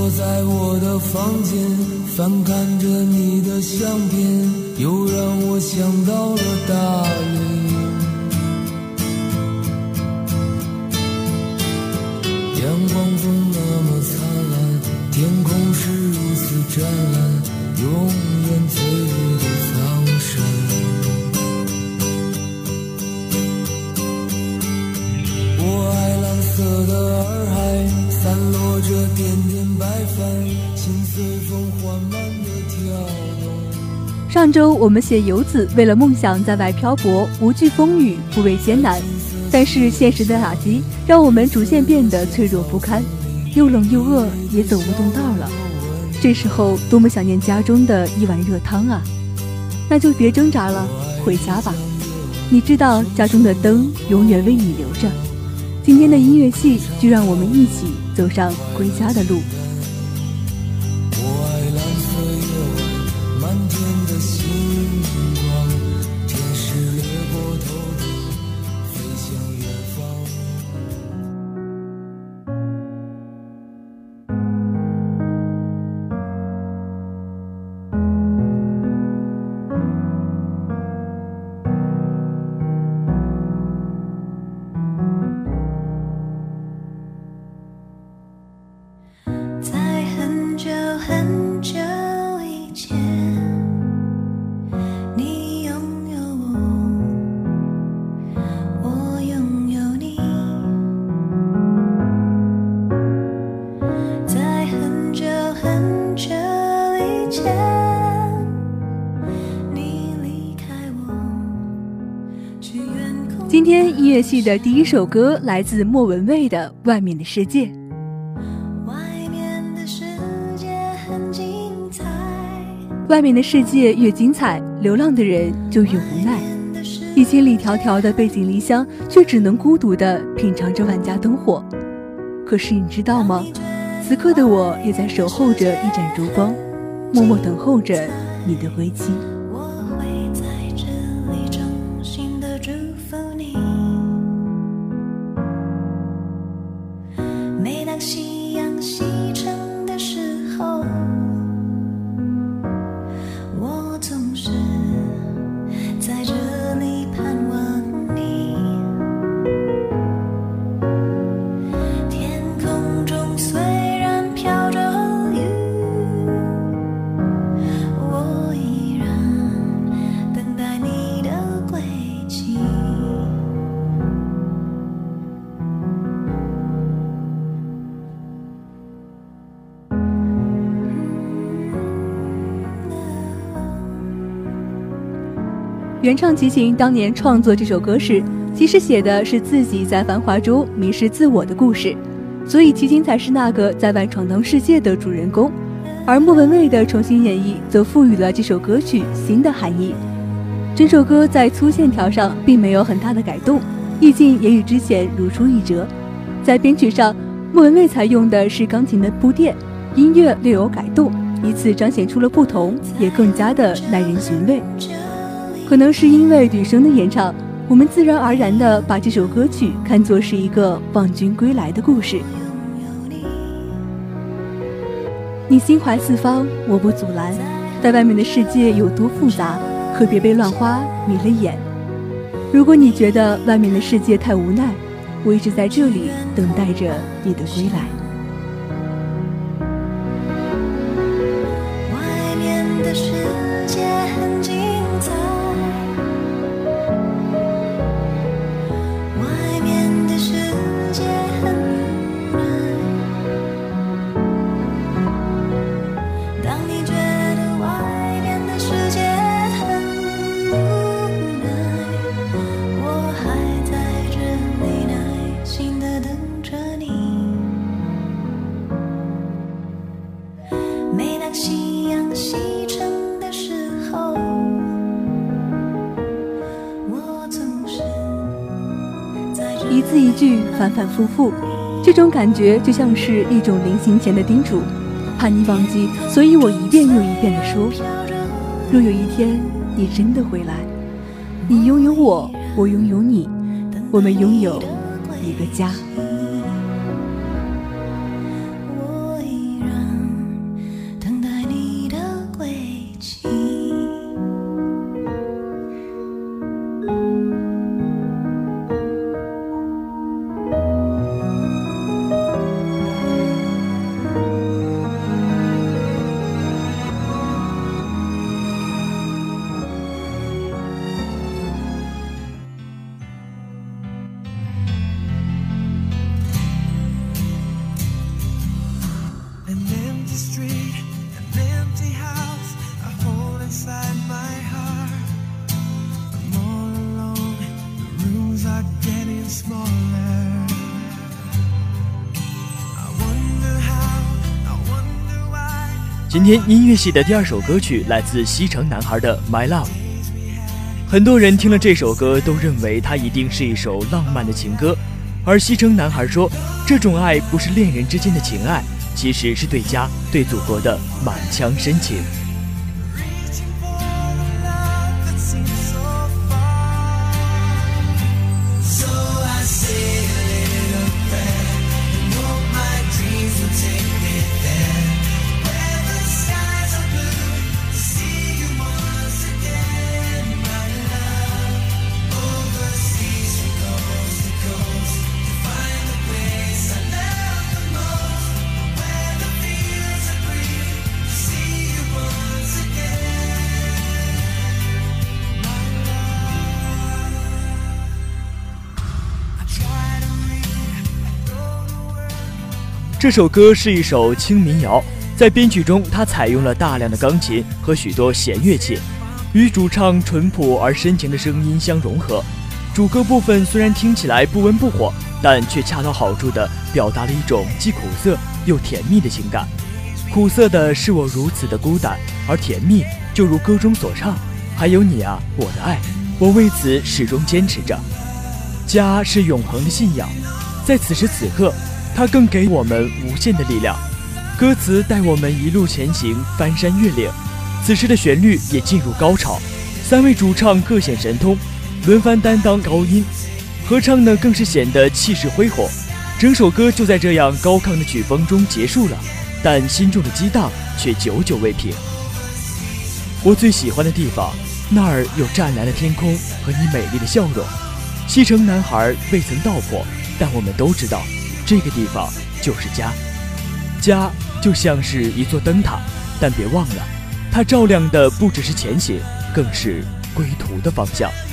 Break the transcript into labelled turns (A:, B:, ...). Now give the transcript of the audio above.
A: 坐在我的房间，翻看着你的相片，又让我想到了大理。阳光总那么灿烂，天空是如此湛蓝，永远翠绿的苍山。我爱蓝色的洱海，散落着点点白帆，心随风缓慢地跳动。
B: 上周我们写游子为了梦想在外漂泊，无惧风雨，不畏艰难，但是现实的打击让我们逐渐变得脆弱不堪，又冷又饿，也走不动道了。这时候多么想念家中的一碗热汤啊！那就别挣扎了，回家吧。你知道家中的灯永远为你留着。今天的音乐系就让我们一起走上归家的路。
A: 我爱蓝色夜晚，满天的星光，天使掠过头顶，飞向远方。
B: 今天音乐系的第一首歌来自莫文蔚的《外面的世界》。外面的世界越精彩，流浪的人就越无奈。一千里迢迢的背井离乡，却只能孤独地品尝着万家灯火。可是你知道吗？此刻的我也在守候着一盏烛光，默默等候着你的归期。
C: 夕阳西沉的时候，我总是在这里盼望你。天空中虽然飘着雨，我依然等待你的归期。
B: 原唱齐秦当年创作这首歌时，其实写的是自己在繁华中迷失自我的故事，所以齐秦才是那个在外闯荡世界的主人公，而莫文蔚的重新演绎则赋予了这首歌曲新的含义。整首歌在粗线条上并没有很大的改动，意境也与之前如出一辙。在编曲上，莫文蔚采用的是钢琴的铺垫，音乐略有改动，以此彰显出了不同，也更加的耐人寻味。可能是因为女生的演唱，我们自然而然地把这首歌曲看作是一个望君归来的故事。你心怀四方，我不阻拦，在外面的世界有多复杂，可别被乱花迷了眼。如果你觉得外面的世界太无奈，我一直在这里等待着你的归来。
C: 外面的世界很精彩，外面的世界很无奈。当你觉得外面的世界很无奈，我还在这里耐心地等着你。每当夕阳西沉的时候，我总是在这里
B: 一字一句反反复复，这种感觉就像是一种临行前的叮嘱，怕你忘记，所以我一遍又一遍地说。若有一天你真的回来，你拥有我，我拥有你，我们拥有一个家。
C: 我依然
D: 今天音乐系的第2首歌曲来自西城男孩的 My Love。 很多人听了这首歌都认为它一定是一首浪漫的情歌，而西城男孩说，这种爱不是恋人之间的情爱，其实是对家对祖国的满腔深情。这首歌是一首轻民谣，在编曲中它采用了大量的钢琴和许多弦乐器，与主唱淳朴而深情的声音相融合。主歌部分虽然听起来不温不火，但却恰到好处地表达了一种既苦涩又甜蜜的情感。苦涩的是我如此的孤单，而甜蜜就如歌中所唱，还有你啊，我的爱，我为此始终坚持着。家是永恒的信仰，在此时此刻它更给我们无限的力量。歌词带我们一路前行，翻山越岭。此时的旋律也进入高潮，3位主唱各显神通，轮番担当高音，合唱呢更是显得气势恢宏。整首歌就在这样高亢的曲风中结束了，但心中的激荡却久久未平。我最喜欢的地方，那儿有湛蓝的天空和你美丽的笑容。西城男孩未曾道破，但我们都知道这个地方就是家。家就像是一座灯塔，但别忘了，它照亮的不只是前行，更是归途的方向。